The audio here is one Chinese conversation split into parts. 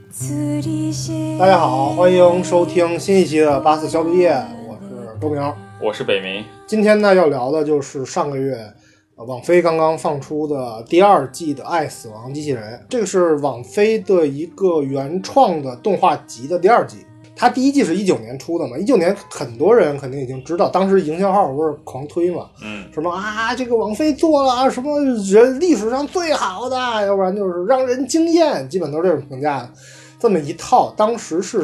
大家好，欢迎收听新一期的八四消毒液，我是周明， 我是北明。 今天呢要聊的就是上个月网飞刚刚放出的第二季的《爱死亡机器人》，这个是网飞的一个原创的动画集的第二季。它第一季是19年出的嘛，19年很多人肯定已经知道，当时营销号不是狂推嘛，什么啊这个网飞做了什么人历史上最好的，要不然就是让人惊艳，基本都是这种评价的。这么一套，当时是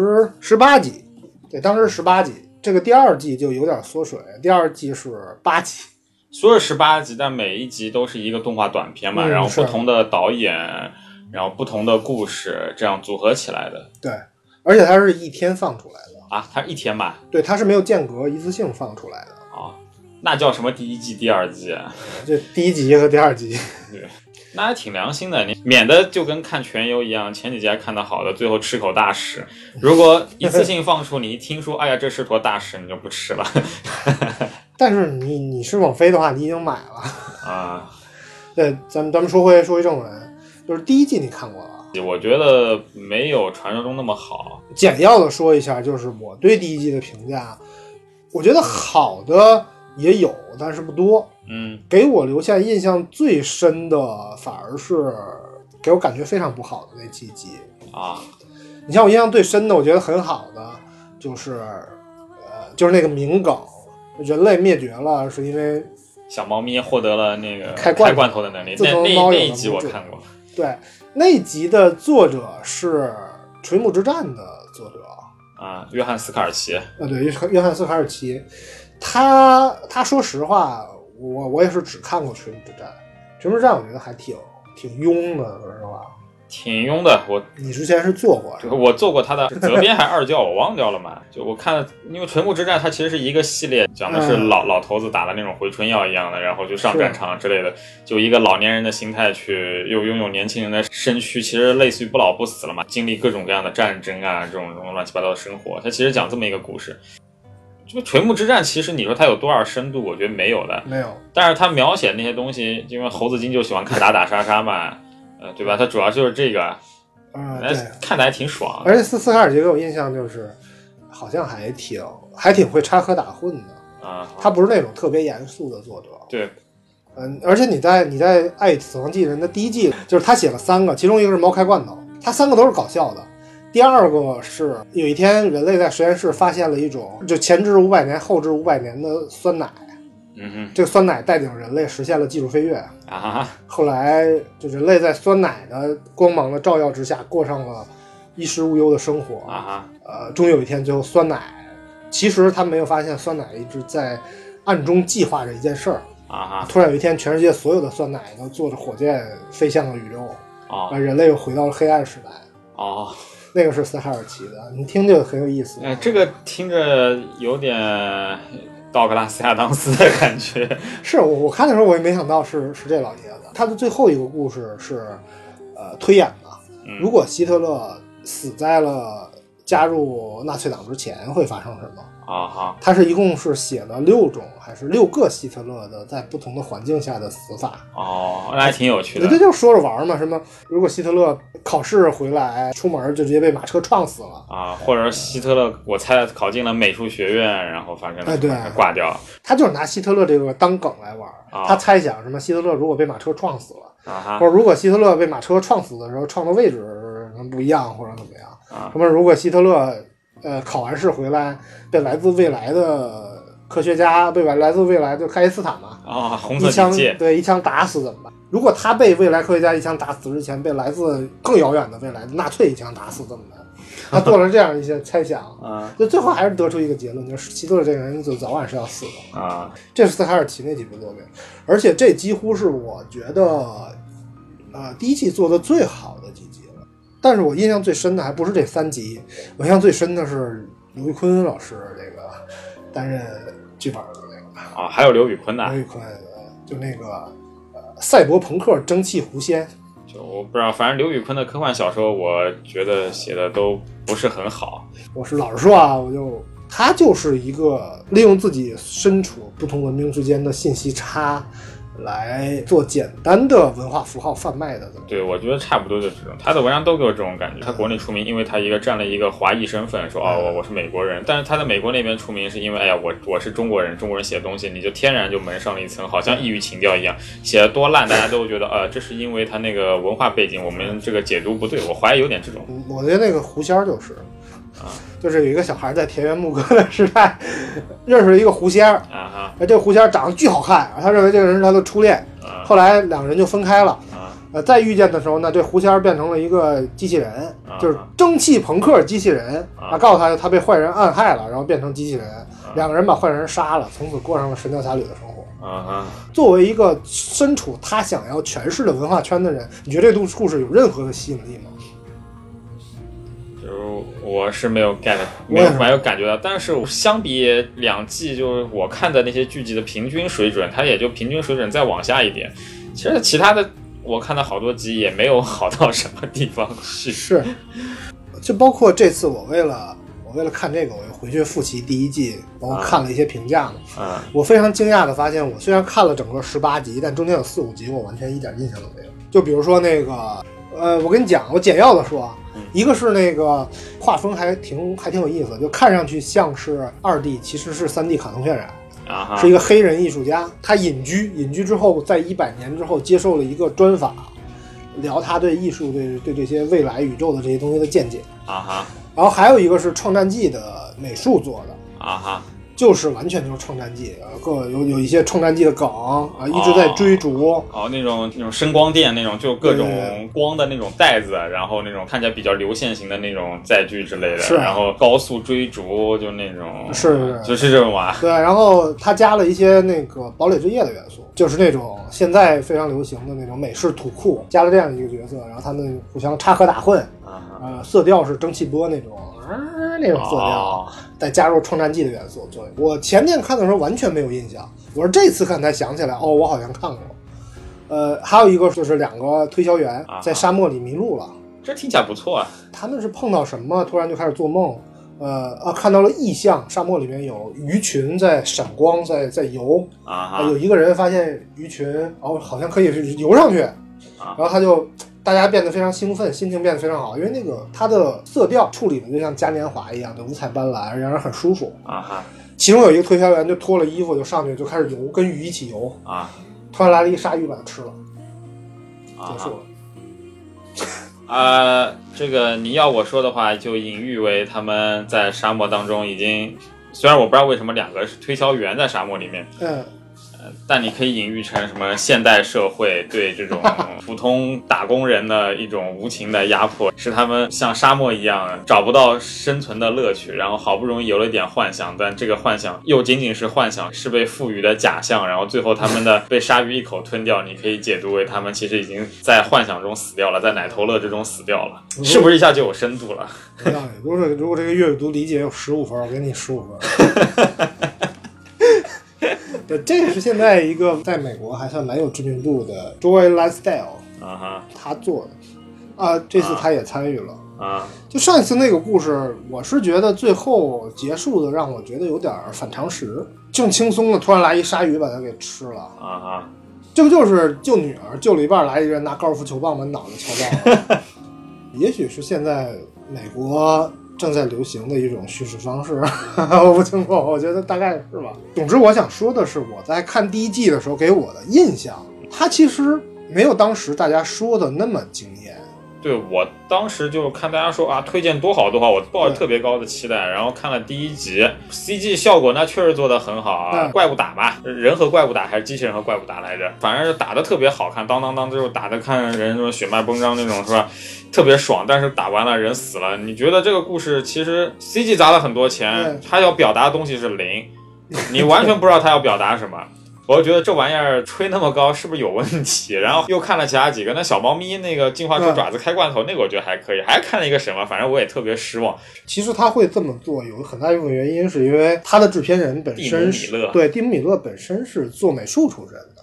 18集，对，当时是18集。这个第二季就有点缩水，第二季是8集， 说是18集，但每一集都是一个动画短片嘛，然后不同的导演，然后不同的故事，这样组合起来的。 对，而且它是一天放出来的啊，它是一天吧？ 对，它是没有间隔，一次性放出来的。 啊，那叫什么第一季、第二季啊？ 就第一集和第二集。 对。那还挺良心的，你免得就跟看全游一样，前几集还看得好的，最后吃口大屎。如果一次性放出，你一听说，哎呀，这是坨大屎，你就不吃了。 但是你是网飞的话，你已经买了啊。 对，咱们说回正文，就是第一季你看过了？ 我觉得没有传说中那么好。 简要的说一下，就是我对第一季的评价，我觉得好的也有，但是不多。给我留下印象最深的反而是给我感觉非常不好的那几集啊。 你像我印象最深的，我觉得很好的就是那个名梗，人类灭绝了是因为小猫咪获得了那个开罐头的能力。那一集我看过。 对，那一集的作者是垂暮之战的作者啊，约翰斯卡尔奇。 对，约翰斯卡尔奇。他说实话，我也是只看过《垂暮之战》，《垂暮之战》我觉得还挺庸的，说实话， 挺庸的。 你之前是做过？ 我做过他的责编还二教，我忘掉了嘛。就我看，因为《垂暮之战》它其实是一个系列，讲的是老头子打的那种回春药一样的，然后就上战场之类的，就一个老年人的心态去又拥有年轻人的身躯，其实类似于不老不死了嘛，经历各种各样的战争啊，这种乱七八糟的生活，它其实讲这么一个故事。就垂暮之战，其实你说它有多少深度，我觉得没有的， 没有。 但是它描写那些东西，因为猴子精就喜欢看打杀杀嘛，对吧？它主要就是这个， 对， 看得还挺爽。 而且斯卡尔杰给我印象就是，好像还挺会插科打诨的啊。 他不是那种特别严肃的作者。 对， 而且你在《爱死亡机器人》的第一季，就是他写了3个，其中一个是猫开罐头，他3个都是搞笑的。第二个是有一天人类在实验室发现了一种就前置500年后置500年的酸奶，这个酸奶带领人类实现了技术飞跃啊。 后来就人类在酸奶的光芒的照耀之下过上了衣食无忧的生活啊。 终于有一天，最后酸奶其实他没有发现酸奶一直在暗中计划着一件事儿啊。 突然有一天，全世界所有的酸奶都坐着火箭飞向了宇宙啊， 人类又回到了黑暗时代啊。 那个是斯卡尔奇的，你听就很有意思。 这个听着有点道格拉斯亚当斯的感觉。 是我看的时候我也没想到是这老爷子。他的最后一个故事是推演的，如果希特勒死在了加入纳粹党之前会发生什么啊？ 他是一共是写了6种还是6个希特勒的在不同的环境下的死法。 那还挺有趣的。 这就说着玩嘛，什么如果希特勒考试回来出门就直接被马车撞死了啊，或者希特勒我猜考进了美术学院，然后发生了对挂掉。 他就是拿希特勒这个当梗来玩他猜想什么希特勒如果被马车撞死了或者如果希特勒被马车撞死的时候撞的位置不一样或者怎么样什么如果希特勒考完试回来被来自未来的科学家被来自未来就开斯坦嘛红色警戒一枪打死怎么办？如果他被未来科学家一枪打死之前被来自更遥远的未来的纳粹一枪打死怎么办？他做了这样一些猜想就最后还是得出一个结论，就是希特勒这个人就早晚是要死的这是斯卡尔奇那几部作品，而且这几乎是我觉得第一季做的最好的几集了。但是我印象最深的还不是这3集，我印象最深的是刘玉坤老师这个担任剧本的那个还有刘宇坤的。 刘宇坤就那个赛博朋克蒸汽狐仙。 就我不知道，反正刘宇坤的科幻小说我觉得写的都不是很好。 我是老实说他就是一个利用自己身处不同文明之间的信息差来做简单的文化符号贩卖的。 对，我觉得差不多就是这种，他的文章都给我这种感觉。他国内出名，因为他占了一个华裔身份，说我是美国人，但是他在美国那边出名是因为我是中国人，中国人写东西你就天然就蒙上了一层好像异域情调一样，写得多烂大家都觉得这是因为他那个文化背景我们这个解读不对，我怀疑有点这种。 我觉得那个狐仙就是就是有一个小孩在田园牧歌的时代认识了一个狐仙这个狐仙长得巨好看，他认为这个人是他的初恋，后来两个人就分开了再遇见的时候呢，这狐仙变成了一个机器人，就是蒸汽朋克机器人告诉他被坏人暗害了，然后变成机器人，两个人把坏人杀了，从此过上了神雕侠侣的生活作为一个身处他想要诠释的文化圈的人，你觉得这故事有任何的吸引力吗？ 我是没有 get， 没有感觉到，但是相比两季，就是我看的那些剧集的平均水准，它也就平均水准再往下一点。其实其他的我看到好多集也没有好到什么地方去。 是，就包括这次我为了看这个，我又回去复习第一季，包括看了一些评价嘛。我非常惊讶的发现，我虽然看了整个18集，但中间有4、5集我完全一点印象都没有。就比如说那个，我跟你讲，我简要的说一个是那个画风还挺有意思，就看上去像是2D，其实是3D 卡通渲染。是一个黑人艺术家，他隐居之后，在100年之后接受了一个专访，聊他对艺术、对这些未来宇宙的这些东西的见解。然后还有一个是《创战记》的美术做的。就是完全就是创战记，有一些创战记的梗一直在追逐那种声光电那种，就各种光的那种带子，然后那种看起来比较流线型的那种载具之类的，然后高速追逐就那种，就是这种对， 然后他加了一些那个堡垒之夜的元素，就是那种现在非常流行的那种美式土库，加了这样一个角色，然后他们互相插科打诨色调是蒸汽波那种那种色调，再加入创战记的元素。我前面看的时候完全没有印象，我是这次看才想起来，我好像看过。还有一个就是2个推销员在沙漠里迷路了， 这听起来不错啊。 他们是碰到什么，突然就开始做梦，看到了异象，沙漠里面有鱼群在闪光，在游有一个人发现鱼群，好像可以游上去，然后他就。大家变得非常兴奋，心情变得非常好，因为那个它的色调处理的就像嘉年华一样的五彩斑斓，让人很舒服其中有一个推销员就脱了衣服就上去就开始游，跟鱼一起游突然来了一鲨鱼把它吃了结束了这个你要我说的话，就隐喻为他们在沙漠当中已经，虽然我不知道为什么2个是推销员在沙漠里面但你可以隐喻成什么现代社会对这种普通打工人的一种无情的压迫，使他们像沙漠一样找不到生存的乐趣，然后好不容易有了一点幻想，但这个幻想又仅仅是幻想，是被赋予的假象，然后最后他们的被鲨鱼一口吞掉，你可以解读为他们其实已经在幻想中死掉了，在奶头乐之中死掉了，是不是一下就有深度了？ 如果这个阅读理解有15分，我给你15分对，这是现在一个在美国还算蛮有知名度的 Joy Lifestyle 他做的这次他也参与了就上一次那个故事，我是觉得最后结束的让我觉得有点反常识，正轻松的突然来一鲨鱼把它给吃了这个就是救女儿，救了一半来一个人拿高尔夫球棒把脑袋敲爆了也许是现在美国正在流行的一种叙事方式我不清楚，我觉得大概是吧。总之我想说的是，我在看第一季的时候给我的印象，它其实没有当时大家说的那么惊艳。 对，我当时就看大家说推荐多好多好，我抱着特别高的期待，然后看了第1集 CG 效果那确实做得很好怪物打嘛，人和怪物打还是机器人和怪物打来着，反正是打得特别好看，当当当就打得看人说血脉崩张那种是吧，特别爽，但是打完了人死了，你觉得这个故事其实 CG 砸了很多钱，他要表达的东西是0，你完全不知道他要表达什么我觉得这玩意儿吹那么高是不是有问题？然后又看了其他几个，那小猫咪那个进化出爪子开罐头那个我觉得还可以，还看了一个什么，反正我也特别失望。 其实他会这么做有很大一部分原因是因为他的制片人本身是蒂姆米勒本身是做美术出身的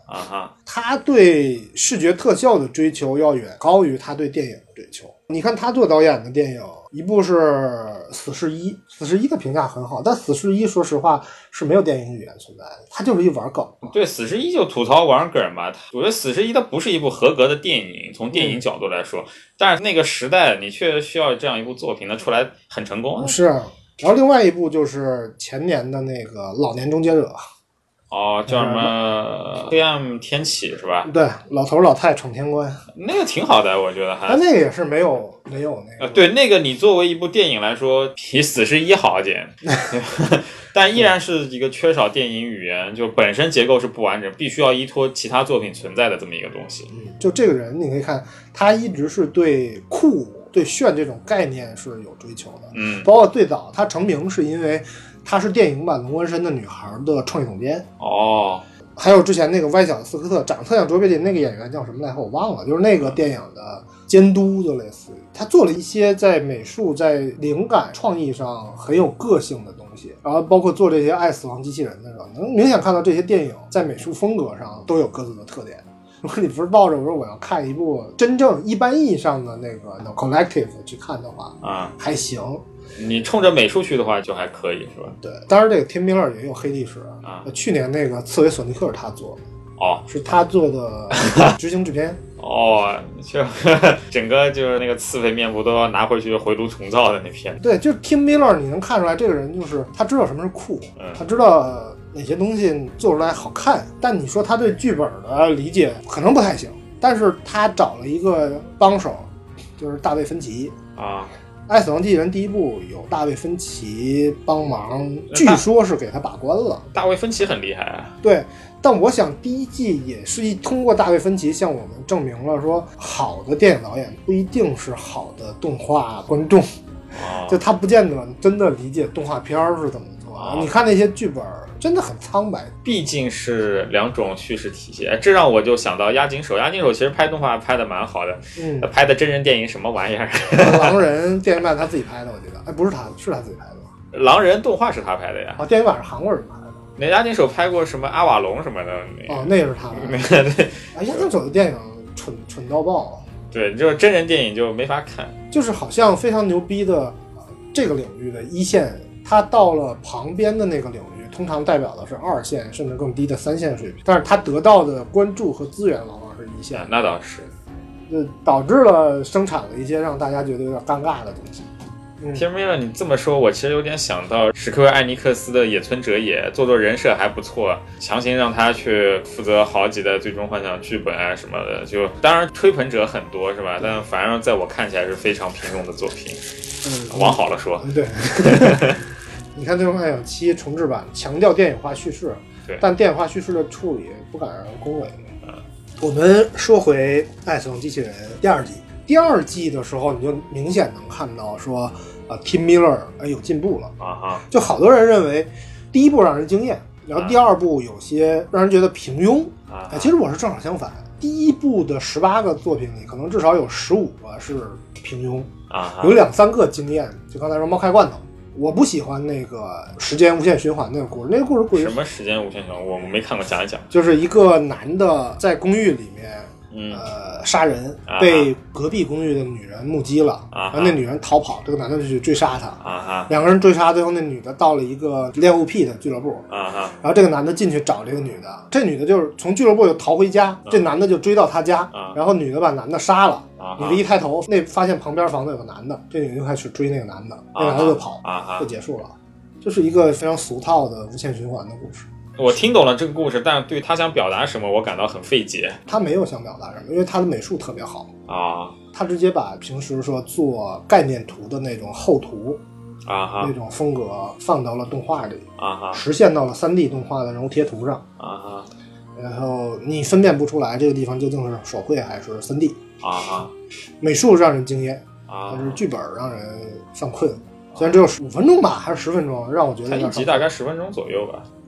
啊哈， 他对视觉特效的追求要远高于他对电影的追求。你看他做导演的电影，一部是《死侍一》，《死侍一》的评价很好，但《死侍一》说实话是没有电影语言存在的，它就是一玩梗。 对，《死侍一》就吐槽玩梗嘛。我觉得《死侍一》它不是一部合格的电影，从电影角度来说，但是那个时代你却需要这样一部作品，它出来很成功。 是，然后另外一部就是前年的那个《老年终结者》。 哦，叫什么黑暗天启是吧？ 对，老头老太闯天关， 那个挺好的，我觉得还。 但那个也是没有那个。 对，那个你作为一部电影来说，比《死侍一》好一点，但依然是一个缺少电影语言，就本身结构是不完整，必须要依托其他作品存在的这么一个东西。 就这个人，你可以看，他一直是对酷、对炫这种概念是有追求的。包括最早他成名是因为他是电影版《龙纹身的女孩》的创意总监。 哦。 还有之前那个歪小的斯科特，长得特像卓别林那个演员叫什么来着？我忘了，就是那个电影的监督，就类似于他做了一些在美术、在灵感创意上很有个性的东西，然后包括做这些爱死亡机器人的时候，能明显看到这些电影在美术风格上都有各自的特点。如果你不是抱着我说我要看一部真正一般意义上的那个 collective 去看的话，还行。 你冲着美术去的话就还可以是吧？ 对，当然这个 Tim Miller 也有黑历史啊。去年那个刺猬索尼克是他做的。 哦， 是他做的执行制片。 哦，就整个就是那个刺猬面部都要拿回去回炉重造的那片。 对，就是 Tim Miller， 你能看出来这个人就是他知道什么是酷，他知道哪些东西做出来好看。但你说他对剧本的理解可能不太行，但是他找了一个帮手，就是大卫芬奇啊。 爱死亡机器人第一部有大卫芬奇帮忙，据说是给他把关了。 大卫芬奇很厉害啊。 对，但我想第一季也是通过大卫芬奇向我们证明了说，好的电影导演不一定是好的动画观众。就他不见得真的理解动画片是怎么做。你看那些剧本真的很苍白， 毕竟是两种叙事体系。这让我就想到押井守，押井守其实拍动画拍的蛮好的，拍的真人电影什么玩意儿？ 狼人电影版他自己拍的，我觉得，不是他，是他自己拍的吗？ 狼人动画是他拍的呀。 电影版是韩国人拍的。 那押井守拍过什么阿瓦隆什么的？ 那是他的。对，押井守的电影蠢到爆。 对，就是真人电影就没法看， 就是好像非常牛逼的这个领域的一线，他到了旁边的那个领域，通常代表的是二线甚至更低的三线水平，但是他得到的关注和资源往往是一线。 那倒是， 就导致了生产了一些让大家觉得有点尴尬的东西。 Tim Miller，你这么说，我其实有点想到史克威尔艾尼克斯的野村哲也，做人设还不错，强行让他去负责好几代最终幻想剧本啊什么的，就当然吹捧者很多是吧？但反正在我看起来是非常平庸的作品。往好了说， 对。你看《最终幻想7》重制版强调电影化叙事， 对， 但电影化叙事的处理不敢让人恭维。我们说回《爱死亡机器人》第二季。第二季的时候，你就明显能看到说Tim Miller 有进步了啊！ 就好多人认为第一部让人惊艳，然后第二部有些让人觉得平庸啊。其实我是正好相反，第一部的18个作品里，可能至少有15个是平庸啊， 有2-3个惊艳。就刚才说猫开罐头，我不喜欢那个时间无限循环那个故事，那个故事什么时间无限循环？我没看过，讲一讲。 就是一个男的在公寓里面。杀人被隔壁公寓的女人目击了，然后那女人逃跑，这个男的就去追杀她，两个人追杀，最后那女的到了一个恋物癖的俱乐部，然后这个男的进去找这个女的，这女的就是从俱乐部又逃回家，这男的就追到她家，然后女的把男的杀了，女的一抬头，那发现旁边房子有个男的，这女的就开始追那个男的，那男的就跑，就结束了，这是一个非常俗套的无限循环的故事。 我听懂了这个故事，但是对他想表达什么我感到很费解。 他没有想表达什么，因为他的美术特别好啊， 他直接把平时说做概念图的那种厚图啊那种风格放到了动画里啊， 实现到了3D 动画的人物贴图上啊， 然后你分辨不出来这个地方究竟是手绘还是3D 啊， 美术让人惊艳啊， 但是剧本让人犯困。虽然只有5分钟吧，还是10分钟，让我觉得它一集大概10分钟左右吧。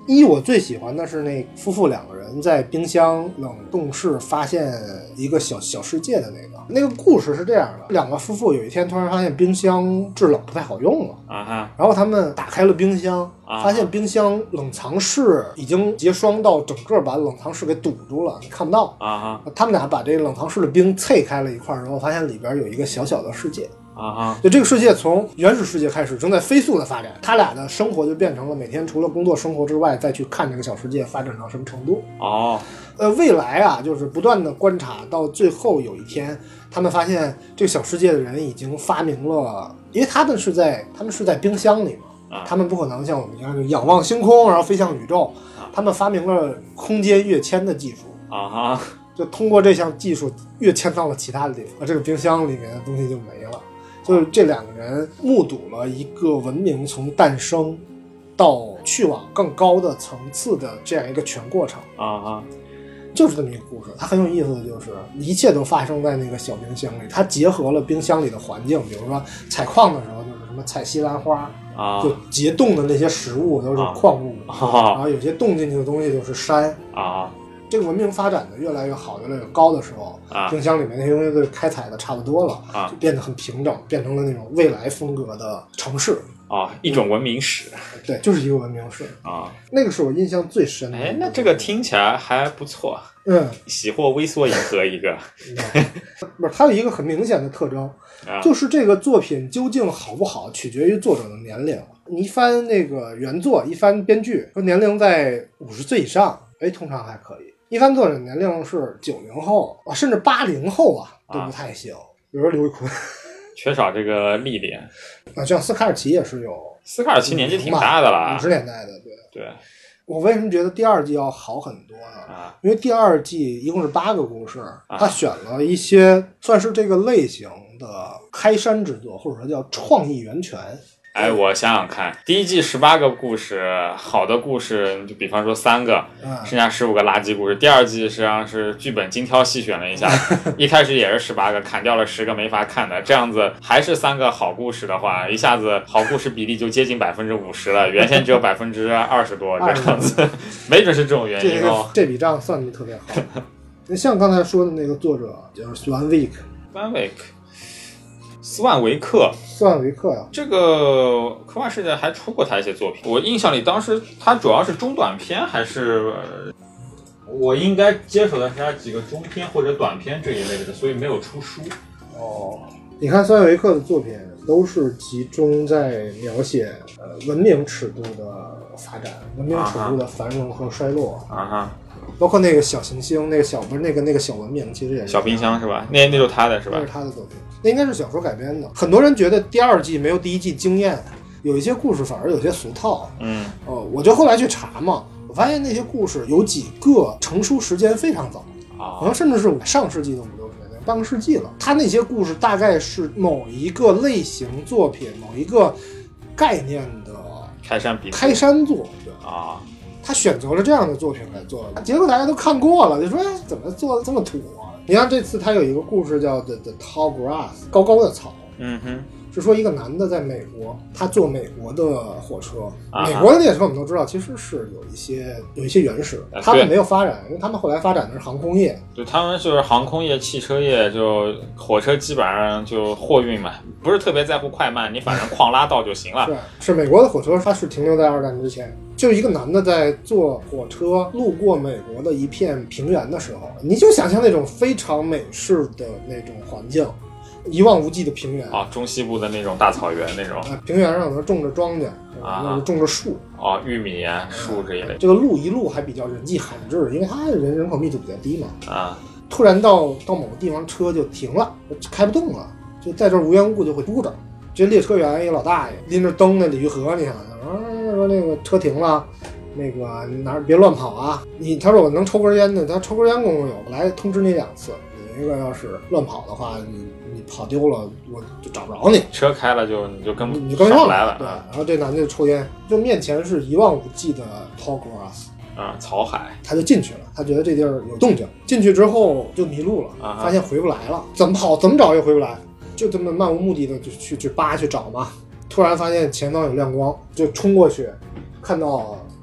我最喜欢的是那夫妇两个人在冰箱冷冻室发现一个小世界的那个故事是这样的：两个夫妇有一天突然发现冰箱制冷不太好用了然后他们打开了冰箱发现冰箱冷藏室已经结霜到整个把冷藏室给堵住了，你看不到他们俩把这个冷藏室的冰碎开了一块，然后发现里边有一个小小的世界就这个世界从原始世界开始正在飞速的发展，他俩的生活就变成了每天除了工作生活之外再去看这个小世界发展到什么程度未来啊就是不断的观察，到最后有一天他们发现这个小世界的人已经发明了，因为他们是在冰箱里嘛他们不可能像我们一样就仰望星空然后飞向宇宙他们发明了空间跃迁的技术就通过这项技术跃迁到了其他的地方，这个冰箱里面的东西就没了。就是这两个人目睹了一个文明从诞生到去往更高的层次的这样一个全过程就是这么一个故事。它很有意思的就是一切都发生在那个小冰箱里，它结合了冰箱里的环境，比如说采矿的时候就是什么采西兰花就结冻的那些食物都是矿物然后有些冻进去的东西就是山这个文明发展的越来越好越来越高的时候冰箱里面那些东西都开采的差不多了就变得很平整，变成了那种未来风格的城市一种文明史对，就是一个文明史那个是我印象最深的。 那这个听起来还不错喜获微缩银河一个不是，它有一个很明显的特征就是这个作品究竟好不好取决于作者的年龄。你一翻那个原作，一翻编剧说年龄在50岁以上通常还可以，一翻作者年龄是90后甚至80后都不太行比如说刘宇坤缺少这个历练像斯卡尔奇也是有， 斯卡尔奇年纪挺大的了 50年代的对我为什么觉得第二季要好很多呢因为第二季一共是8个故事他选了一些算是这个类型的开山之作，或者说叫创意源泉我想想看，第一季18个故事，好的故事就比方说3个剩下15个垃圾故事。第二季实际上是剧本精挑细选了一下一开始也是18个，砍掉了10个没法看的，这样子还是3个好故事的话，一下子好故事比例就接近50%了，原先只有20%多这样子没准是这种原因这笔账算得特别好像刚才说的那个作者就是斯万维克呀， 这个科幻世界还出过他一些作品，我印象里当时他主要是中短篇还是我应该接手的是他几个中篇或者短篇这一类的，所以没有出书你看斯万维克的作品都是集中在描写文明尺度的发展，文明尺度的繁荣和衰落包括那个小行星，那个小不是那个小文明，其实也是小冰箱是吧？那就是他的是吧？ 那是他的作品，那应该是小说改编的。很多人觉得第二季没有第一季惊艳，有一些故事反而有些俗套。我就后来去查嘛，我发现那些故事有几个成熟时间非常早可能甚至是上世纪的50-60年代，半个世纪了。他那些故事大概是某一个类型作品、某一个概念的开山作他选择了这样的作品来做，结果大家都看过了，就说怎么做的这么土你看这次他有一个故事叫 The Tall Grass 高高的草是说一个男的在美国，他坐美国的火车美国的列车我们都知道其实是有一些原始他们没有发展，因为他们后来发展的是航空业对，他们就是航空业汽车业，就火车基本上就货运嘛，不是特别在乎快慢，你反正矿拉到就行了是美国的火车它是停留在2战之前，就一个男的在坐火车路过美国的一片平原的时候，你就想象那种非常美式的那种环境，一望无际的平原中西部的那种大草原那种平原上能种着庄稼种着树玉米树这一类这个路一路还比较人迹罕至，因为它人口密度比较低嘛突然到某个地方车就停了，开不动了，就在这无缘无故就会堵着。这列车员一个老大爷拎着灯那鲤鱼河，你想说那个车停了，那个哪儿别乱跑啊！他说我能抽根烟的，他抽根烟功夫有，来通知你2次。你那个要是乱跑的话，你跑丢了，我就找不着你。 车开了你就跟不上来了。 对，然后这男的就抽烟，就面前是一望无际的 tall grass。 草海， 他就进去了，他觉得这地儿有动静，进去之后就迷路了，发现回不来了，怎么跑怎么找也回不来，就这么漫无目的的就去找嘛。突然发现前方有亮光，就冲过去，看到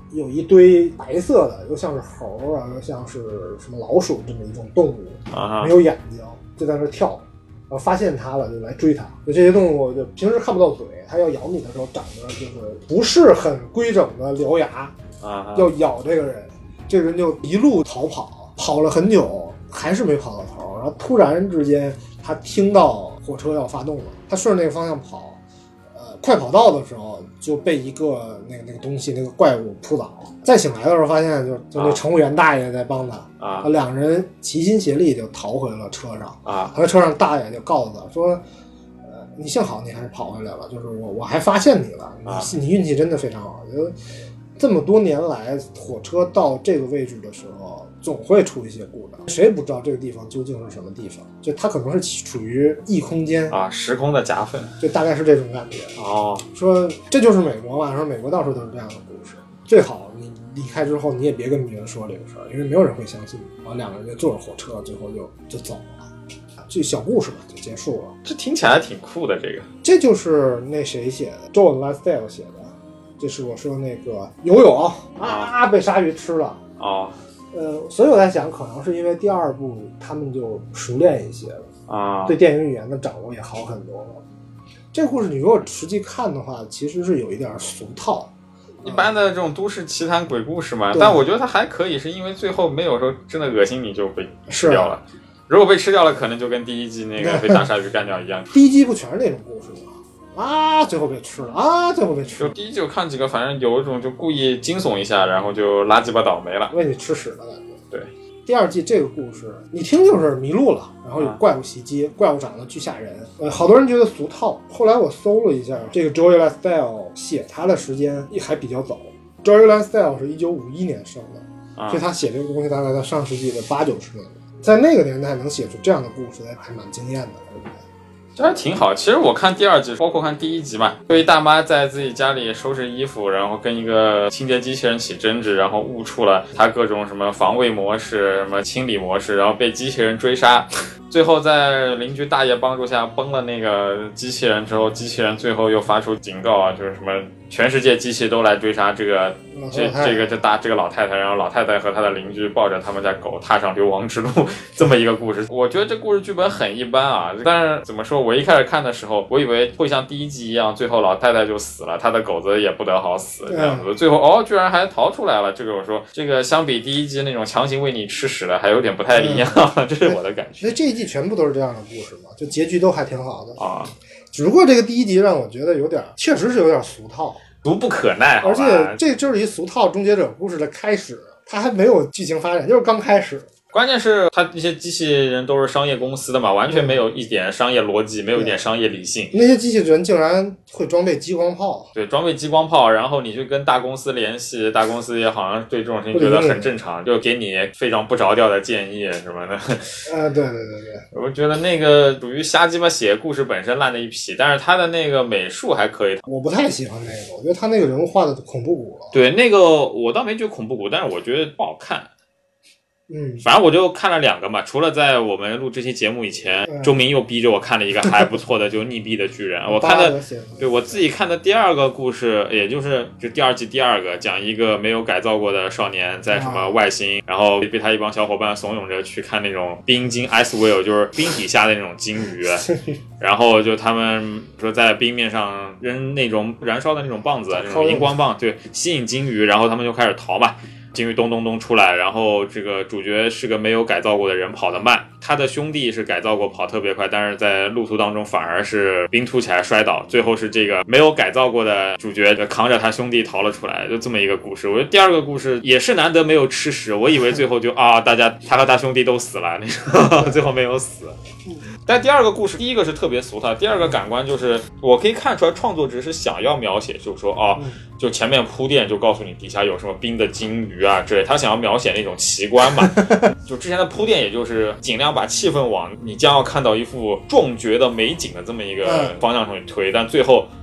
有一堆白色的，又像是猴啊，又像是什么老鼠这么一种动物，没有眼睛，就在那跳，然后发现它了就来追它。就这些动物就平时看不到嘴，它要咬你的时候长得就是不是很规整的獠牙，要咬这个人，这个人就一路逃跑，跑了很久还是没跑到头，然后突然之间他听到火车要发动了，他顺着那个方向跑，快跑到的时候就被一个那个东西那个怪物扑倒，再醒来的时候发现就那乘务员大爷在帮他两人齐心协力就逃回了车上他在车上大爷就告诉他说你幸好你还是跑回来了，就是我还发现你了，你运气真的非常好。就这么多年来火车到这个位置的时候总会出一些故障，谁也不知道这个地方究竟是什么地方，就它可能是处于异空间时空的夹缝， 就大概是这种感觉说这就是美国嘛，说美国到处都是这样的故事，最好你离开之后你也别跟别人说这个事儿，因为没有人会相信你。然后两个人就坐着火车最后就走了，这小故事嘛就结束了。 这听起来挺酷的， 这就是那谁写的 Joel Lifestyle 写的，这是我说那个游泳被鲨鱼吃了所以我在想可能是因为第二部他们就熟练一些了对电影语言的掌握也好很多了。这个故事你如果实际看的话其实是有一点俗套， 一般的这种都市奇谈鬼故事嘛，但我觉得它还可以，是因为最后没有说真的恶心你就被吃掉了，如果被吃掉了可能就跟第一季那个被大鲨鱼干掉一样第一季不全是那种故事吗？最后被吃了最后被吃了。 就第一季我看几个，反正有一种就故意惊悚一下，然后就拉鸡巴倒霉了， 为你吃屎的感觉。 对， 第二季这个故事你听就是迷路了，然后有怪物袭击，怪物长得巨吓人，好多人觉得俗套。后来我搜了一下，这个 Joel Lifestyle 写他的时间还比较早。Joel Lifestyle 是1951年生的，所以他写这个东西大概在上世纪的80、90年代，在那个年代能写出这样的故事还蛮惊艳的，对不对？ 这还挺好。其实我看第二集包括看第一集嘛，有一大妈在自己家里收拾衣服，然后跟一个清洁机器人起争执，然后误触了她各种什么防卫模式什么清理模式，然后被机器人追杀，最后在邻居大爷帮助下崩了那个机器人之后，机器人最后又发出警告就是什么全世界机器都来追杀这个老太太，然后老太太和她的邻居抱着他们家狗踏上流亡之路这么一个故事。我觉得这故事剧本很一般但是怎么说，我一开始看的时候我以为会像第一集一样最后老太太就死了，她的狗子也不得好死这样子，最后居然还逃出来了。这个我说这个相比第一集那种强行喂你吃屎的还有点不太一样这是我的感觉。 所以这一季全部都是这样的故事嘛，就结局都还挺好的只不过这个第一集让我觉得确实是有点俗套， 俗不可耐， 而且这就是一俗套终结者故事的开始，它还没有剧情发展，就是刚开始。 关键是他那些机器人都是商业公司的嘛，完全没有一点商业逻辑，没有一点商业理性。 那些机器人竟然会装备激光炮， 对，装备激光炮，然后你就跟大公司联系，大公司也好像对这种事情觉得很正常，就给你非常不着调的建议什么的。 对， 我觉得那个属于瞎鸡巴写，故事本身烂的一批，但是他的那个美术还可以。 我不太喜欢那个，我觉得他那个人物画的恐怖谷了。 对，那个我倒没觉得恐怖谷，但是我觉得不好看。反正我就看了2个嘛，除了在我们录这期节目以前，周明又逼着我看了一个还不错的，就溺毙的巨人。我看的，对我自己看的第2个故事，也就是第2季第2个，讲一个没有改造过的少年在什么外星，然后被他一帮小伙伴怂恿着去看那种冰晶 ice whale， 就是冰底下的那种鲸鱼，然后就他们说在冰面上扔那种燃烧的那种棒子，那种荧光棒，对，吸引鲸鱼，然后他们就开始逃嘛。鲸鱼咚咚咚出来，然后这个主角是个没有改造过的人，跑得慢，他的兄弟是改造过，跑特别快，但是在路途当中反而是冰凸起来摔倒，最后是这个没有改造过的主角扛着他兄弟逃了出来，就这么一个故事。我觉得第2个故事也是难得没有吃屎，我以为最后就大家他和他兄弟都死了，那个最后没有死。但第2个故事，第一个是特别俗套，第2个感官就是我可以看出来创作者是想要描写，就是说就前面铺垫就告诉你底下有什么冰的鲸鱼啊之类，他想要描写那种奇观嘛。就之前的铺垫也就是尽量把气氛往你将要看到一幅壮绝的美景的这么一个方向上去推，但最后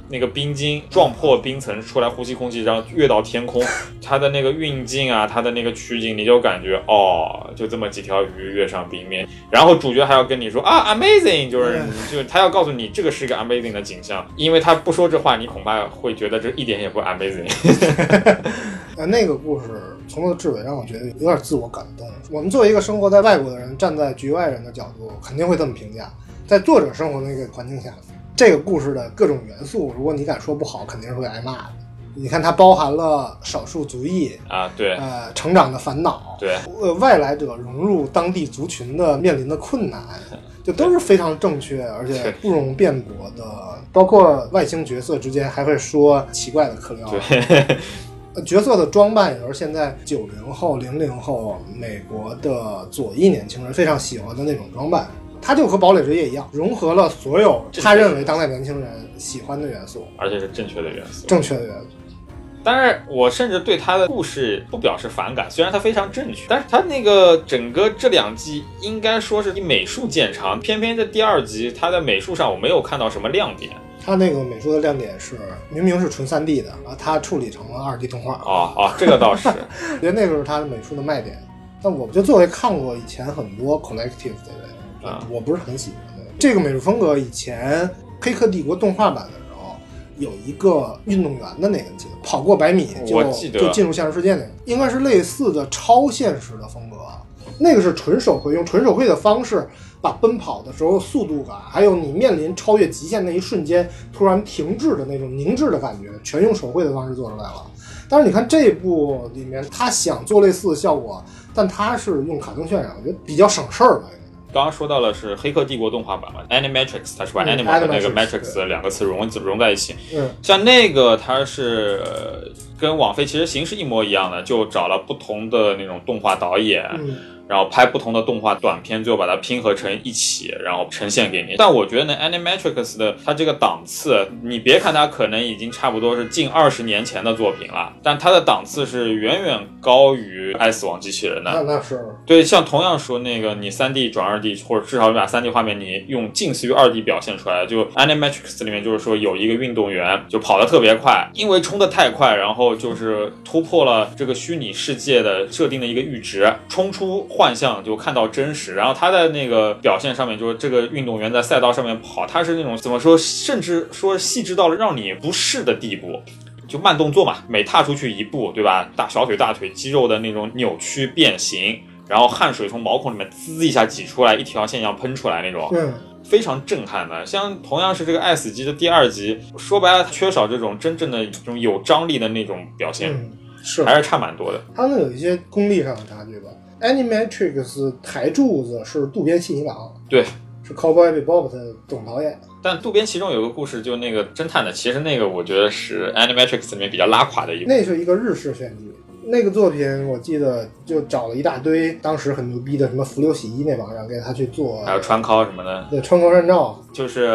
那个冰晶撞破冰层出来呼吸空气，然后跃到天空，它的那个运镜啊，它的那个取景，你就感觉就这么几条鱼跃上冰面，然后主角还要跟你说amazing， 就是他要告诉你这个是一个 amazing 的景象，因为他不说这话，你恐怕会觉得这一点也不 amazing。 那个故事从头至尾让我觉得有点自我感动。我们作为一个生活在外国的人，站在局外人的角度，肯定会这么评价。在作者生活的那个环境下，这个故事的各种元素，如果你敢说不好，肯定是会挨骂的。你看，它包含了少数族裔对， 成长的烦恼， 对， 外来者融入当地族群的面临的困难，就都是非常正确而且不容辩驳的。包括外星角色之间还会说奇怪的嗑料， 对。 角色的装扮也是现在90后、00后美国的左翼年轻人非常喜欢的那种装扮。他就和堡垒之夜一样，融合了所有他认为当代年轻人喜欢的元素， 而且是正确的元素。 正确的元素。 但是我甚至对他的故事不表示反感，虽然他非常正确，但是他那个整个这2季应该说是以美术见长，偏偏这第2集他在美术上我没有看到什么亮点。 他那个美术的亮点是明明是纯 3D 的他处理成了2D 动画。 这个倒是我觉得那个是他的美术的卖点。但我就作为看过以前很多 Collective 的人我不是很喜欢的这个美术风格。以前黑客帝国动画版的时候有一个运动员的那个记得跑过100米就进入现实世界那个，应该是类似的超现实的风格。那个是纯手绘，用纯手绘的方式把奔跑的时候速度感，还有你面临超越极限那一瞬间突然停滞的那种凝滞的感觉，全用手绘的方式做出来了。但是你看这部里面，他想做类似的效果，但他是用卡通渲染，我觉得比较省事儿吧。 刚刚说到了是黑客帝国动画版嘛 Animatrix， 它是把 Animal 和那个 Matrix 两个词融在一起。像那个它是跟网飞其实形式一模一样的，就找了不同的那种动画导演，然后拍不同的动画短片，最后把它拼合成一起，然后呈现给你。但我觉得呢 Animatrix 的它这个档次，你别看它可能已经差不多是近20年前的作品了，但它的档次是远远高于爱死亡机器人的。 那是对，像同样说那个你 3D 转2D， 或者至少把 3D 画面你用近似于2D 表现出来，就 Animatrix 里面就是说有一个运动员就跑得特别快，因为冲得太快，然后就是突破了这个虚拟世界的设定的一个阈值，冲出幻象就看到真实，然后他在那个表现上面，就是这个运动员在赛道上面跑，他是那种怎么说，甚至说细致到了让你不适的地步。就慢动作嘛，每踏出去一步，对吧？小腿大腿肌肉的那种扭曲变形，然后汗水从毛孔里面滋一下挤出来，一条线一样喷出来那种，非常震撼的。像同样是这个爱死机的第2集，说白了缺少这种真正的这种有张力的那种表现， 是还是差蛮多的。 它那有一些功力上的差距吧。Animatrix 台柱子是渡边信一郎， 对， 是 Cowboy Bebop 的总导演。 但渡边其中有个故事，就那个侦探的，其实那个我觉得是 Animatrix 里面比较拉垮的一个。 那是一个日式炫技，那个作品我记得就找了一大堆当时很牛逼的什么浮流洗衣那帮人给他去做， 还有川尻什么的。 对，川尻善照， 就是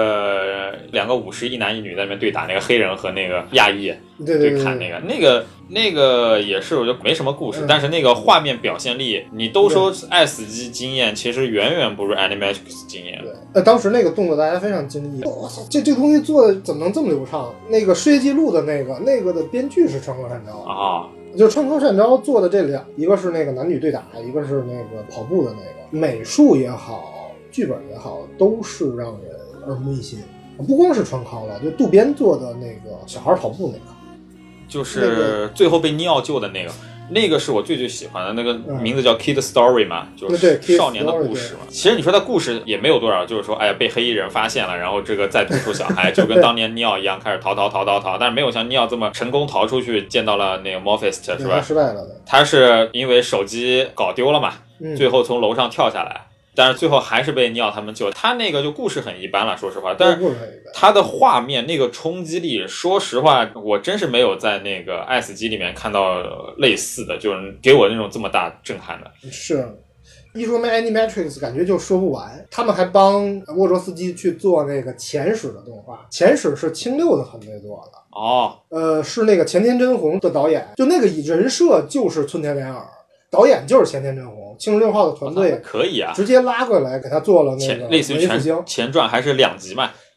2个武士，一男一女在那边对打，那个黑人和那个亚裔对砍那个也是我觉得没什么故事，但是那个画面表现力，你都说爱死机惊艳，其实远远不如 Animatrix 惊艳。 对，当时那个动作大家非常惊异，我操，这东西做的怎么能这么流畅？那个世界纪录的那个的编剧是川尻善照就是川尻善照做的这2，一个是那个男女对打，一个是那个跑步的那个，美术也好，剧本也好，都是让人耳目一新。不光是川尻了，就渡边做的那个小孩跑步那个。 就是最后被尼奥救的那个是我最喜欢的，那个名字叫 Kid Story 嘛，就是少年的故事嘛。其实你说他故事也没有多少，就是说，哎呀，被黑衣人发现了，然后这个再突出小孩，就跟当年尼奥一样开始逃，但是没有像尼奥这么成功逃出去，见到了那个 Morphist 是吧？ 失败了的。他是因为手机搞丢了嘛，最后从楼上跳下来。但是最后还是被尼奥他们救。他那个就故事很一般了，说实话。但是他的画面那个冲击力，说实话，我真是没有在那个爱死机里面看到类似的，就是给我那种这么大震撼的。 是，一说 Animatrix 感觉就说不完。他们还帮沃卓斯基去做那个前史的动画，前史是青六的团队做的。是那个前田真弘的导演，就那个人设就是村田莲耳。导演就是前田真弘，76号的团队可以啊， 直接拉过来给他做了那个类似于前传还是2集嘛，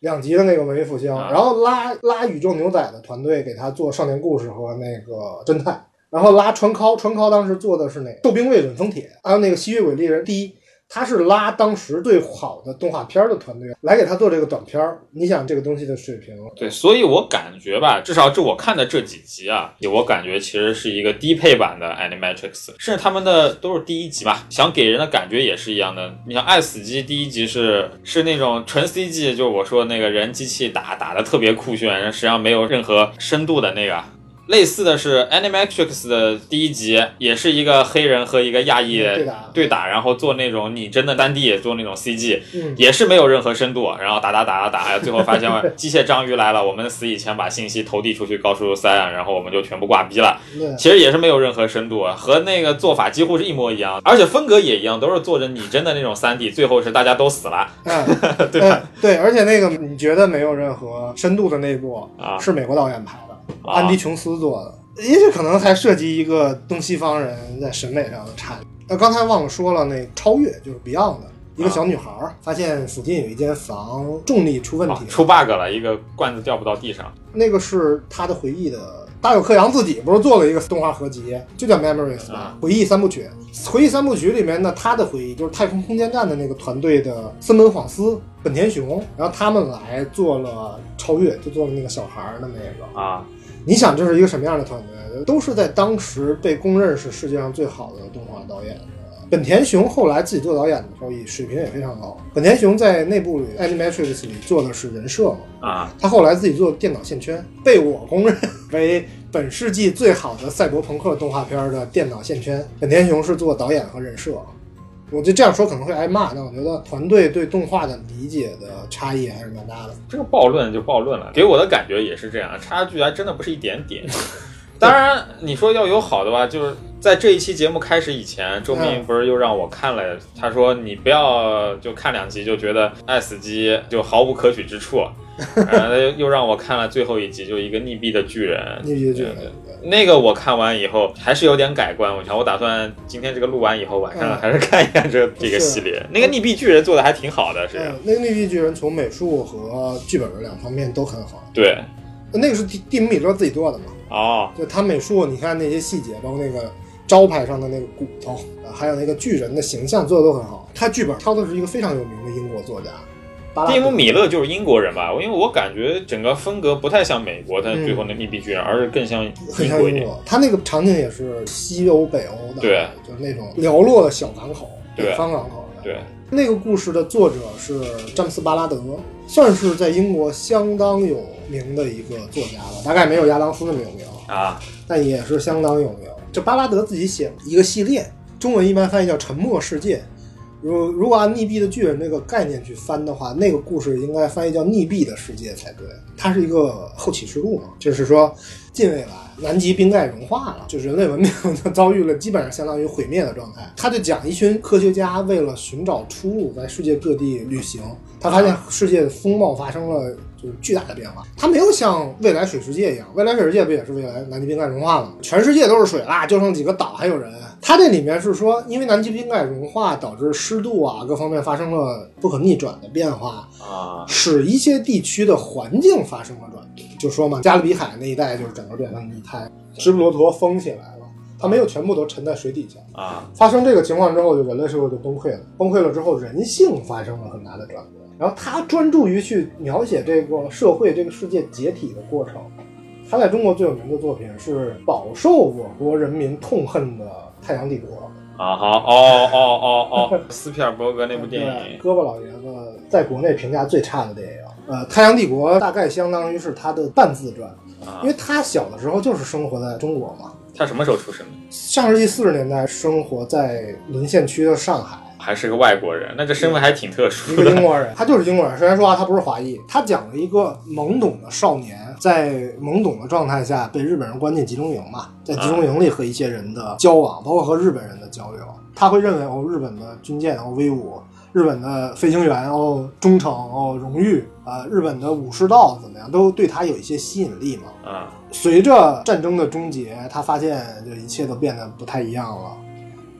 2集的那个文艺复兴，然后拉宇宙牛仔的团队给他做少年故事和那个侦探，然后拉川尻当时做的是那个《斗兵卫忍风帖》，还有那个《吸血鬼猎人第一》，他是拉当时最好的动画片的团队来给他做这个短片。你想这个东西的水平， 对，所以我感觉吧，至少我看的这几集啊，我感觉其实是一个低配版的 Animatrix， 甚至他们的都是第1集吧，想给人的感觉也是一样的。你像爱死机第1集是那种纯 CG， 就是我说那个人机器打的特别酷炫，实际上没有任何深度的那个。类似的是 Animatrix 的第1集，也是一个黑人和一个亚裔对打，然后做那种拟真的3D，做那种 CG，也是没有任何深度，然后打，最后发现机械章鱼来了，我们死以前把信息投递出去告诉塞岸，然后我们就全部挂逼了。其实也是没有任何深度，和那个做法几乎是一模一样，而且风格也一样，都是做着拟真的那种3D，最后是大家都死了，对吧？ 对，而且那个你觉得没有任何深度的那部是美国导演拍的。安迪琼斯做的，也许可能还涉及一个东西方人在审美上的差异。刚才忘了说了，那超越就是 Beyond 的一个小女孩发现附近有一间房重力出问题， 出 bug 了，一个罐子掉不到地上。 那个是她的回忆的，大有克洋自己不是做了一个动画合集，就叫 Memories 吧，回忆3部曲。回忆3部曲里面呢，她的回忆就是太空空间站的那个团队的森本晃司、本田雄，然后他们来做了超越，就做了那个小孩的那个啊。你想这是一个什么样的团队？都是在当时被公认是世界上最好的动画导演。本田雄后来自己做导演的时候，水平也非常高。本田雄在那部里 Animatrix 里做的是人设嘛，他后来自己做电脑线圈，被我公认为本世纪最好的赛博朋克动画片的电脑线圈。本田雄是做导演和人设。我就这样说可能会挨骂，但我觉得团队对动画的理解的差异还是蛮大的。 这个暴论就暴论了，给我的感觉也是这样，差距还真的不是一点点。当然你说要有好的吧，就是在这一期节目开始以前，周明不是又让我看了，他说你不要就看2集就觉得爱死机就毫无可取之处，然后又让我看了最后1集，就一个溺毙的巨人。 溺毙的巨人， 那个我看完以后还是有点改观，我打算今天这个录完以后晚上还是看一看这个系列。那个溺毙巨人做的还挺好的，是那个溺毙巨人从美术和剧本2方面都很好。 对， 那个是蒂姆·米勒自己做的嘛。就他美术你看那些细节，包括那个招牌上的那个骨头，还有那个巨人的形象做的都很好。他剧本抄的是一个非常有名的英国作家蒂姆·米勒，就是英国人吧？因为我感觉整个风格不太像美国的最后那溺毙巨人，而是更像英国一点。 他那个场景也是西欧、北欧的， 对， 就是那种寥落的小港口， 对， 北方港口的。 对， 那个故事的作者是詹姆斯·巴拉德，算是在英国相当有名的一个作家了，大概没有亚当斯那么有名啊， 但也是相当有名。这巴拉德自己写一个系列，中文一般翻译叫《沉默世界》。如果按溺毙的巨人这个概念去翻的话，那个故事应该翻译叫溺毙的世界才对。它是一个后启示录嘛，就是说近未来南极冰盖融化了，就是人类文明就遭遇了基本上相当于毁灭的状态。他就讲一群科学家为了寻找出路，在世界各地旅行，他发现世界的风貌发生了就是巨大的变化。他没有像未来水世界一样，未来水世界不也是未来南极冰盖融化了吗？全世界都是水啦，就剩几个岛还有人。它这里面是说，因为南极冰盖融化导致湿度啊各方面发生了不可逆转的变化啊，使一些地区的环境发生了转变。就说嘛，加勒比海那一带就是整个变成泥滩，直布罗陀封起来了，它没有全部都沉在水底下啊。发生这个情况之后，就人类社会就崩溃了。崩溃了之后，人性发生了很大的转变。然后他专注于去描写这个社会、这个世界解体的过程。他在中国最有名的作品是饱受我国人民痛恨的《太阳帝国》 啊，好，斯皮尔伯格那部电影， 胳膊老爷子在国内评价最差的电影。《太阳帝国》大概相当于是他的半自传，因为他小的时候就是生活在中国嘛。 他什么时候出生的？ 上世纪40年代，生活在沦陷区的上海。 还是个外国人，那这身份还挺特殊的。 一个英国人，他就是英国人。虽然说他不是华裔，他讲了一个懵懂的少年在懵懂的状态下被日本人关进集中营嘛，在集中营里和一些人的交往，包括和日本人的交流。他会认为日本的军舰威武，日本的飞行员忠诚荣誉日本的武士道怎么样，都对他有一些吸引力嘛。随着战争的终结，他发现这一切都变得不太一样了。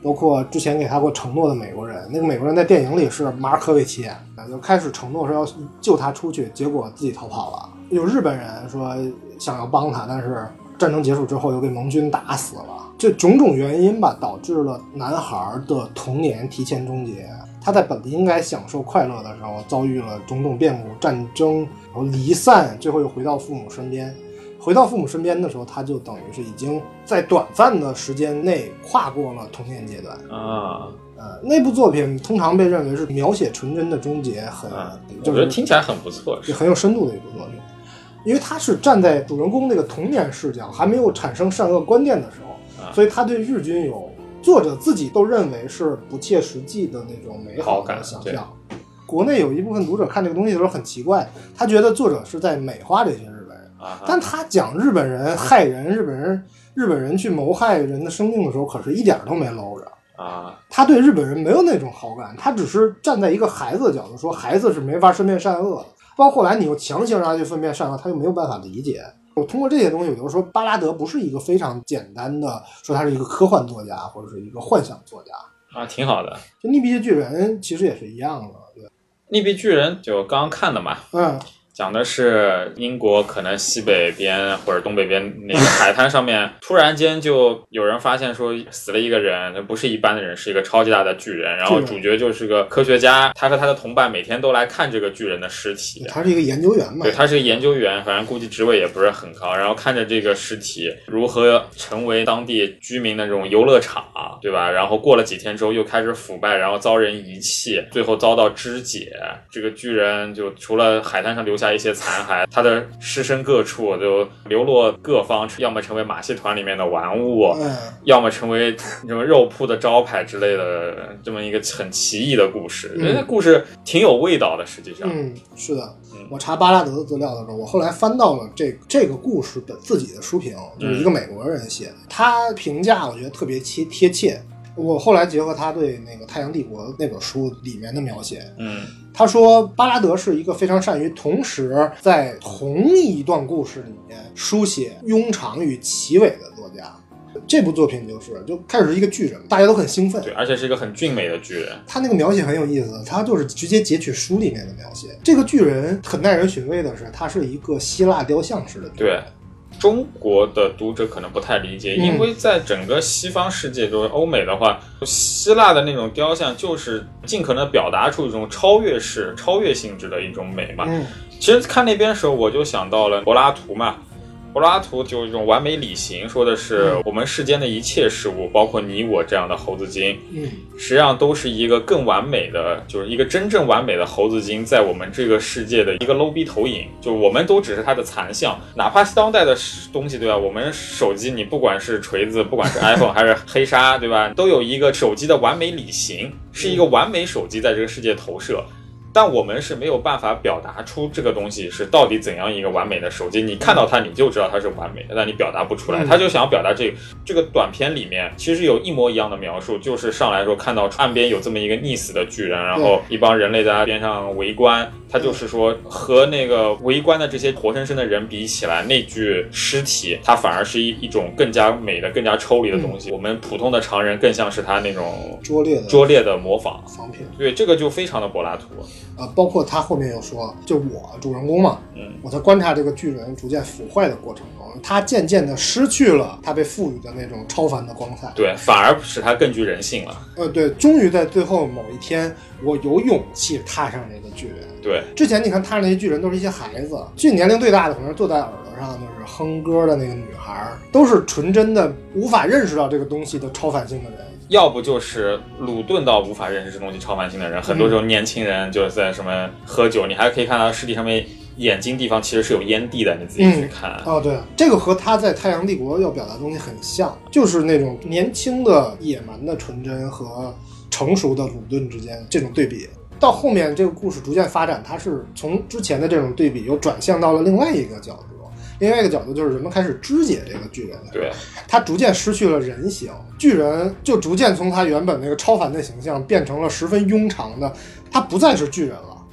包括之前给他过承诺的美国人，那个美国人在电影里是马尔科维奇演的，就开始承诺说要救他出去，结果自己逃跑了。有日本人说想要帮他，但是战争结束之后又被盟军打死了。这种种原因吧，导致了男孩的童年提前终结。他在本应该享受快乐的时候，遭遇了种种变故，战争，然后离散，最后又回到父母身边。回到父母身边的时候，他就等于是已经在短暂的时间内跨过了童年阶段啊。 那部作品通常被认为是描写纯真的终结， 我觉得听起来很不错， 也很有深度的一部作品。因为他是站在主人公那个童年视角，还没有产生善恶观念的时候，所以他对日军有作者自己都认为是不切实际的那种美好的想象。国内有一部分读者看这个东西的时候很奇怪，他觉得作者是在美化这些日本人，但他讲日本人害人，日本人去谋害人的生命的时候，可是一点都没搂着啊。 他对日本人没有那种好感，他只是站在一个孩子的角度说，孩子是没法分辨善恶的。包括后来你又强行让他去分辨善恶，他就没有办法理解。我通过这些东西，我就说巴拉德不是一个非常简单的说他是一个科幻作家或者是一个幻想作家啊，挺好的。 就逆壁巨人其实也是一样的。对， 逆壁巨人就刚刚看的嘛，讲的是英国可能西北边或者东北边那个海滩上面突然间就有人发现说死了一个人，不是一般的人，是一个超级大的巨人，然后主角就是个科学家，他和他的同伴每天都来看这个巨人的尸体。 他是一个研究员嘛？ 对，他是个研究员，反正估计职位也不是很高，然后看着这个尸体如何成为当地居民的这种游乐场，对吧？然后过了几天之后又开始腐败，然后遭人遗弃，最后遭到肢解。这个巨人就除了海滩上留下一些残骸，他的尸身各处就流落各方，要么成为马戏团里面的玩物，要么成为什么肉铺的招牌之类的，这么一个很奇异的故事。这故事挺有味道的，实际上。 是的。我查巴拉德的资料的时候，我后来翻到了这个故事的自己的书评，就是一个美国人写的，他评价我觉得特别贴切。我后来结合他对那个《太阳帝国》那本书里面的描写，他说巴拉德是一个非常善于同时在同一段故事里面书写庸常与奇伟的作家。这部作品就开始是一个巨人，大家都很兴奋， 对，而且是一个很俊美的巨人。 他那个描写很有意思，他就是直接截取书里面的描写。这个巨人很耐人寻味的是，他是一个希腊雕像式的巨人。 对，中国的读者可能不太理解，因为在整个西方世界，就是欧美的话，希腊的那种雕像就是尽可能表达出一种超越性质的一种美嘛。其实看那边的时候，我就想到了柏拉图嘛。柏拉图就一种完美理型，说的是我们世间的一切事物，包括你我这样的猴子精，实际上都是一个更完美的，就是一个真正完美的猴子精在我们这个世界的一个 low 逼投影，就我们都只是它的残像。哪怕当代的东西，对吧？我们手机，你不管是锤子，不管是 iPhone 还是黑鲨，对吧？都有一个手机的完美理型，是一个完美手机在这个世界投射。但我们是没有办法表达出这个东西是到底怎样一个完美的手机，你看到它你就知道它是完美的，但你表达不出来。他就想要表达这个短片里面其实有一模一样的描述，就是上来说看到岸边有这么一个溺死的巨人，然后一帮人类在边上围观，他就是说和那个围观的这些活生生的人比起来，那具尸体它反而是一种更加美的更加抽离的东西，我们普通的常人更像是他那种拙劣的模仿仿品。 对，这个就非常的柏拉图。 包括他后面又说，就我主人公嘛，我在观察这个巨人逐渐腐坏的过程中，他渐渐的失去了他被赋予的那种超凡的光彩， 对，反而使他更具人性了。 对，终于在最后某一天，我有勇气踏上这个巨人。 对， 之前你看踏上那些巨人都是一些孩子，最年龄最大的可能是坐在耳朵上就是哼歌的那个女孩，都是纯真的无法认识到这个东西的超凡性的人。 要不就是鲁钝到无法认识这东西超凡性的人，很多时候年轻人就是在什么喝酒，你还可以看到尸体上面眼睛地方其实是有烟蒂的，你自己去看。对， 这个和他在《太阳帝国》要表达的东西很像，就是那种年轻的野蛮的纯真和成熟的鲁钝之间这种对比。到后面这个故事逐渐发展，它是从之前的这种对比又转向到了另外一个角度。另外一个角度就是人们开始肢解这个巨人， 对， 他逐渐失去了人形，巨人就逐渐从他原本那个超凡的形象变成了十分庸常的，他不再是巨人了，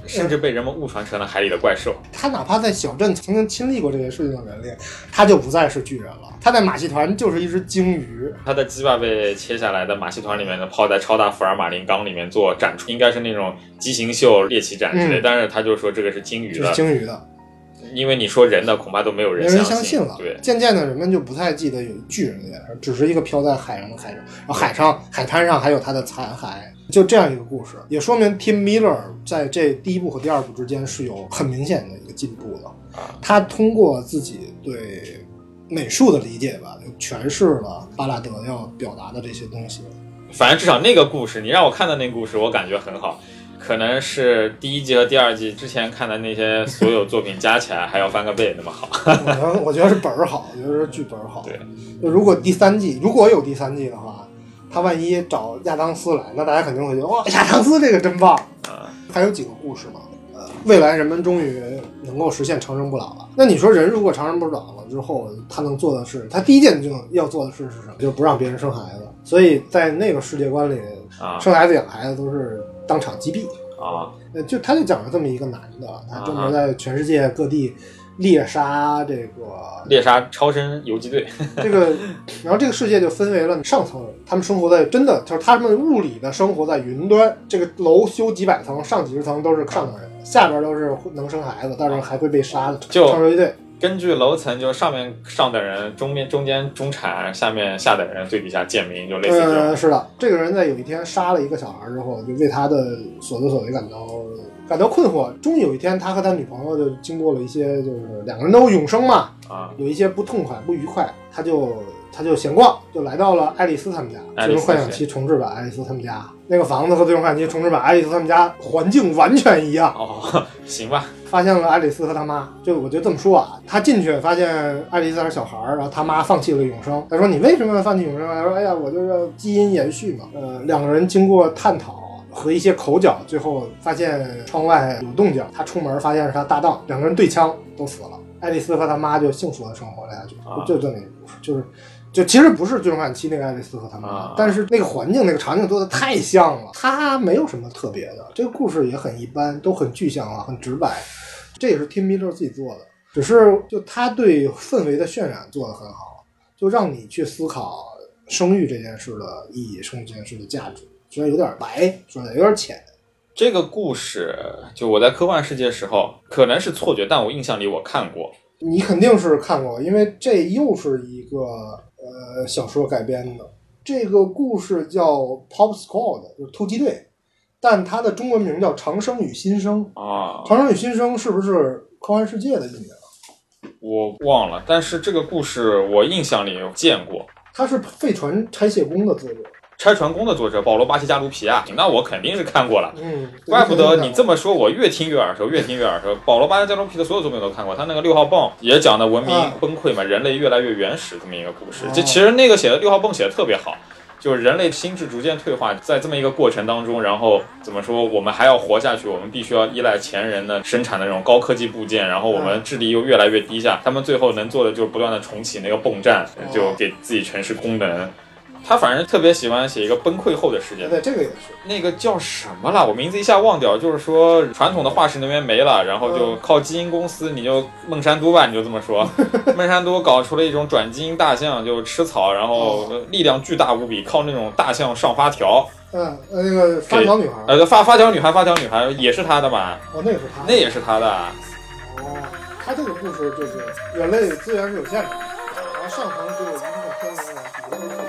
甚至被人们误传成了海里的怪兽。 他哪怕在小镇曾经亲历过这些事情的人类，他就不再是巨人了。他在马戏团就是一只鲸鱼， 他的鸡巴被切下来的马戏团里面的泡在超大福尔马林缸里面做展出，应该是那种畸形秀猎奇展之类，但是他就说这个是鲸鱼的， 就是鲸鱼的。 因为你说人的恐怕都没有人相信了。 对， 渐渐的人们就不太记得有巨人这件事，只是一个飘在海上的海人，然后海滩上还有他的残骸，就这样一个故事，也说明 Tim Miller 在这第一部和第二部之间是有很明显的一个进步的。他通过自己对美术的理解吧，就诠释了巴拉德要表达的这些东西。 反正至少那个故事，你让我看的那个故事，我感觉很好。可能是第一季和第二季之前看的那些所有作品加起来还要翻个倍那么好。 我觉得是本儿好，我觉得是剧本好。 对， 如果有第三季的话，他万一找亚当斯来，那大家肯定会觉得哇，亚当斯这个真棒。还有几个故事嘛，未来人们终于能够实现长生不老了。那你说人如果长生不老了之后，他能做的事，他第一件就要做的事是什么？就是不让别人生孩子。所以在那个世界观里，生孩子养孩子都是当场击毙啊！ 他就讲了这么一个男的，他专门在全世界各地猎杀超生游击队。 然后这个世界就分为了上层人，他们生活在就是他们物理的生活在云端，这个楼修几百层，上几十层都是上层人，下边都是能生孩子，但是还会被杀的超生游击队。 根据楼层，就上面上等人，中间中产，下面下等人，最底下贱民，就类似这种。 是的，这个人在有一天杀了一个小孩之后，就为他的所作所为感到困惑。终于有一天，他和他女朋友就经过了一些，就是两个人都永生嘛，有一些不痛快、不愉快，他就闲逛，就来到了爱丽丝他们家。最终幻想七重置版爱丽丝他们家那个房子和最终幻想七重置版爱丽丝他们家环境完全一样。 行吧。 发现了爱丽丝和他妈，我就这么说啊，他进去发现爱丽丝还是小孩，然后他妈放弃了永生。他说你为什么要放弃永生？他说哎呀，我就是基因延续嘛。两个人经过探讨和一些口角，最后发现窗外有动静，他出门发现是他搭档，两个人对枪都死了。爱丽丝和他妈就幸福的生活了下去。就这么一个故事，就其实不是最终幻想七那个爱丽丝和他妈，但是那个环境那个场景做的太像了，它没有什么特别的，这个故事也很一般，都很具象化，很直白。这也是 Tim Miller 自己做的，只是就他对氛围的渲染做得很好，就让你去思考生育这件事的意义，生育这件事的价值。虽然有点白，说的有点浅。 这个故事就我在科幻世界时候可能是错觉，但我印象里我看过。 你肯定是看过，因为这又是一个小说改编的。这个故事叫 Pop Squad， 就是突击队，但它的中文名叫长生与新生啊。长生与新生是不是科幻世界的译名？ 我忘了，但是这个故事我印象里有见过。 他是废船拆卸工的作者。 拆船工的作者保罗·巴西加卢皮亚，那我肯定是看过了。怪不得你这么说，我越听越耳熟。保罗·巴西加卢皮的所有作品我都看过，他那个6号泵也讲的文明崩溃嘛，人类越来越原始这么一个故事。这其实那个写的6号泵写的特别好，就是人类心智逐渐退化，在这么一个过程当中，然后怎么说，我们还要活下去，我们必须要依赖前人的生产的那种高科技部件，然后我们智力又越来越低下，他们最后能做的就是不断的重启那个泵站，就给自己诠释功能。他反正特别喜欢写一个崩溃后的世界。 对，这个也是。 那个叫什么了？我名字一下忘掉。就是说传统的化石能源没了，然后就靠基因公司，你就孟山都吧，你就这么说。孟山都搞出了一种转基因大象，就吃草，然后力量巨大无比，靠那种大象上发条。 那个发条女孩。 发条女孩也是他的嘛？ 那也是他。 那也是他的。 他这个故事就是人类资源是有限的，然后上层只有一部分天文人，底下